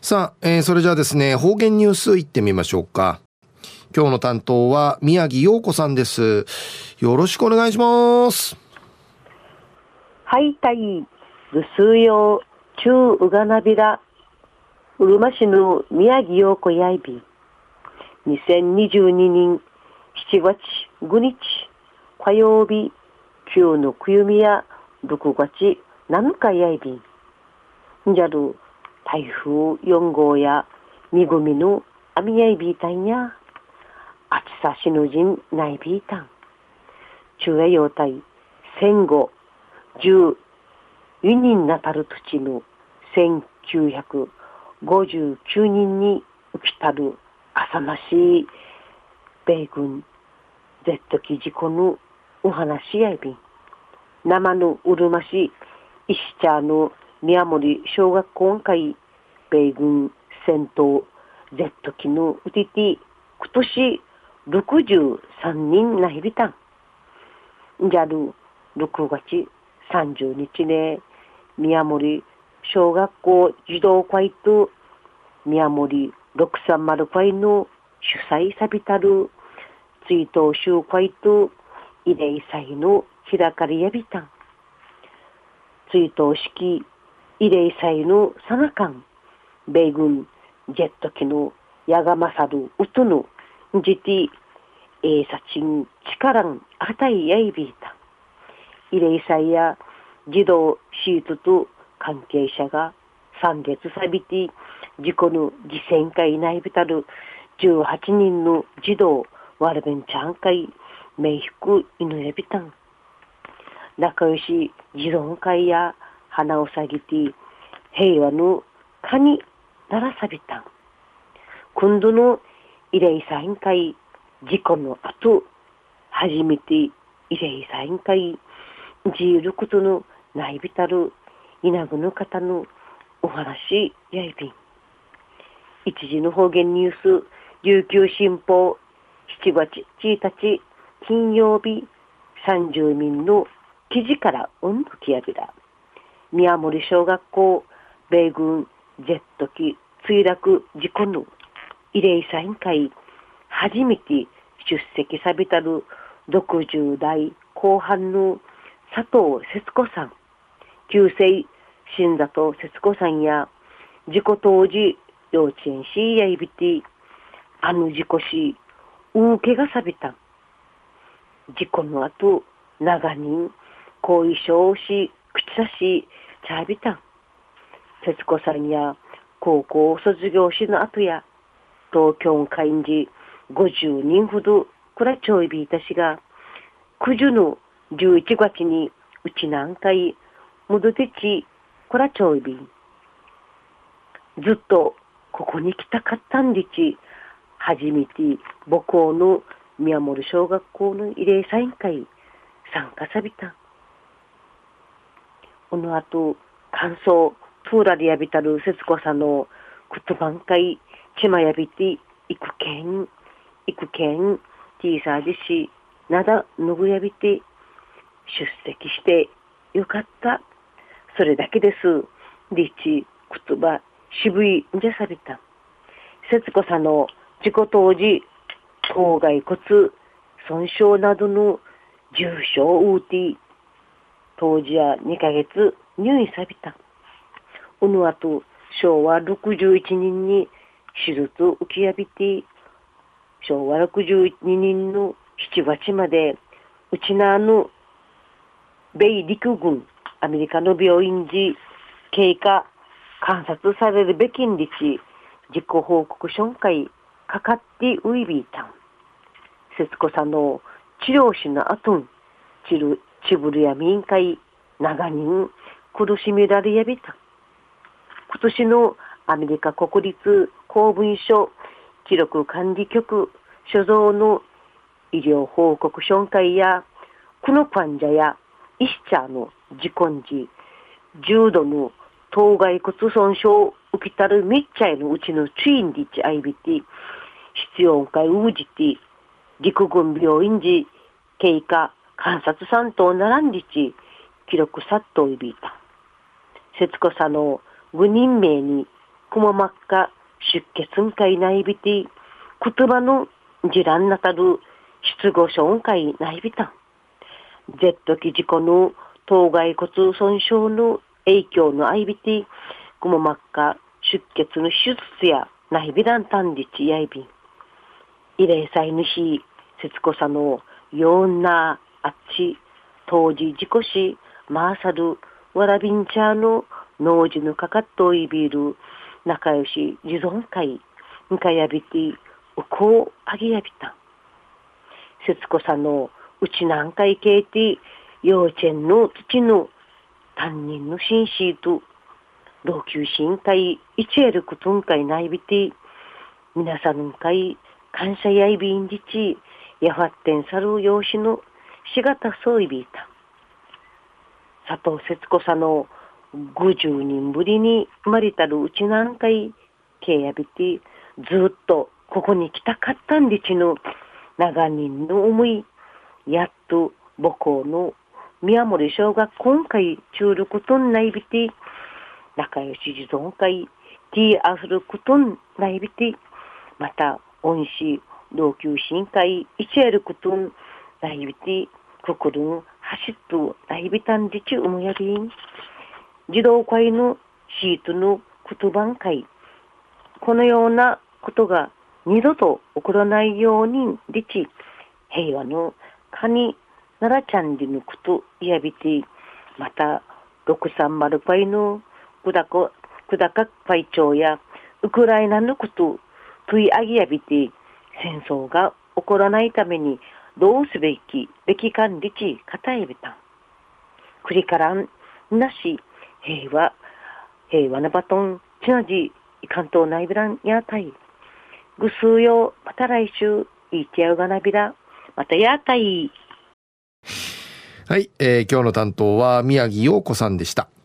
さあ、それじゃあですね、方言ニュースいってみましょうか。今日の担当は宮城陽子さんです。よろしくお願いします。 はい、たい、ぐすうよう、ちゅううがなびら、うるま市の宮城陽子やいび、2022年7月5日、火曜日、旧のくゆみや6月7日やいびん、じゃる台風4号やみぐみのあみやいびいたんや、あちさしぬじんないびいたん、中やようたい戦後10輸人なたる土地の1959人に浮きたる浅ましい米軍 Z 機事故のお話やいびん、生のうるまし石茶の宮森小学校会米軍戦闘 Z 機のうてて今年63人なひびたんじゃる6月30日ね、宮森小学校児童会と宮森630会の主催さびたる追悼集会と慰霊祭の開かれやびたん、追悼式慰霊祭のさなかん、米軍ジェット機のやがまさるうとのじてえさちん力んあたいやいびいた慰霊祭や児童シートと関係者が参列さびて事故の犠牲会内びたる18人の児童ワルベンチャン会冥福犬やびたん、仲良し児童会や花をさぎて平和のかにならさびたん、今度の慰霊祭会事故の後初めて慰霊祭会じいることのないびたる稲具の方のお話やいびん、一時の方言ニュース琉球新報7月1日金曜日30民の記事から温度きやびら、宮森小学校米軍ジェット機墜落事故の慰霊祭会初めて出席さびたる60代後半の佐藤節子さん、旧姓新里節子さんや事故当時幼稚園しやいびてあの事故し大怪我さびたん、事故の後長人後遺症をし口差しちゃびたん、節子さんや高校卒業しの後や東京会員時50人ほどくらちょいびいたしが九十の11月にうち何回戻ってちこらちょいびん、ずっとここに来たかったんでち初めて母校の宮森小学校の慰霊祭会参加さびたん、この後感想プーラリやびたる節子さんのくとばん会ちまやびていくけんティーサージしなだぬぐやびて出席してよかった、それだけです。リチ言葉渋いんじゃさびた。節子さんの事故当時頭蓋骨損傷などの重傷を負って当時は2ヶ月入院さびた。この後昭和61人に手術を受けやびて昭和62人の7月までうちなの米陸軍アメリカの病院時経過観察されるべきんりち自己報告書ん会かかってウイビーたん、節子さんの治療師の後んちぶるやみん会長人苦しみられやびた。今年のアメリカ国立公文書記録管理局所蔵の医療報告書会やこの患者や医師者の事故時重度の頭蓋骨損傷を受けたるめっちゃいのうちのツインリッチアイビティ必要会うじて陸軍病院時経過観察3等並んでち記録殺到いびいた。節子さんの5人名にくもまっか出血んかいないびて、言葉のじらんなたる失語症んかいないびたん。Z 記事故の頭蓋骨損傷の影響のあいびて、くもまっか出血の手術やないびらんたんりちやいびん。慰霊祭の日、節子さのようなあっち、当時事故し、マーサル、わらびんちゃの農事のかかっといびる、仲良し地蔵会、んかやびて、うこうあげやびた。節子さのうちなんかいけいて、幼稚園の土の担任の紳士と、老朽心会、いちえるくとんかいないびて、皆さんかい、感謝やいびんじち、やはってんさる養子のしがたそういびいた。佐藤節子さんの50人ぶりに生まれたるうちなんかい、けやびて、ずっとここに来たかったんでちの長人の思い、やっと母校の宮森小学校会中ることんないびて、仲良し地蔵会、ティーアフルことんないびて、また、恩師、同級新会、いちえることんないびて、ここるん、はしっとないびたんじちうむやびん。児童会のシートの言葉会、このようなことが二度と起こらないようにでち、平和のカニならちゃんりのことやびて、また630パイの久高会長やウクライナのこと問い上げやびて、戦争が起こらないためにどうすべきかんりちかたえびたん。くりからんなし平和なバトンちなじ関東内ビランやたいぐすうよまた来週いちやうがなびらまたやたい。 はい、今日の担当は宮城陽子さんでした。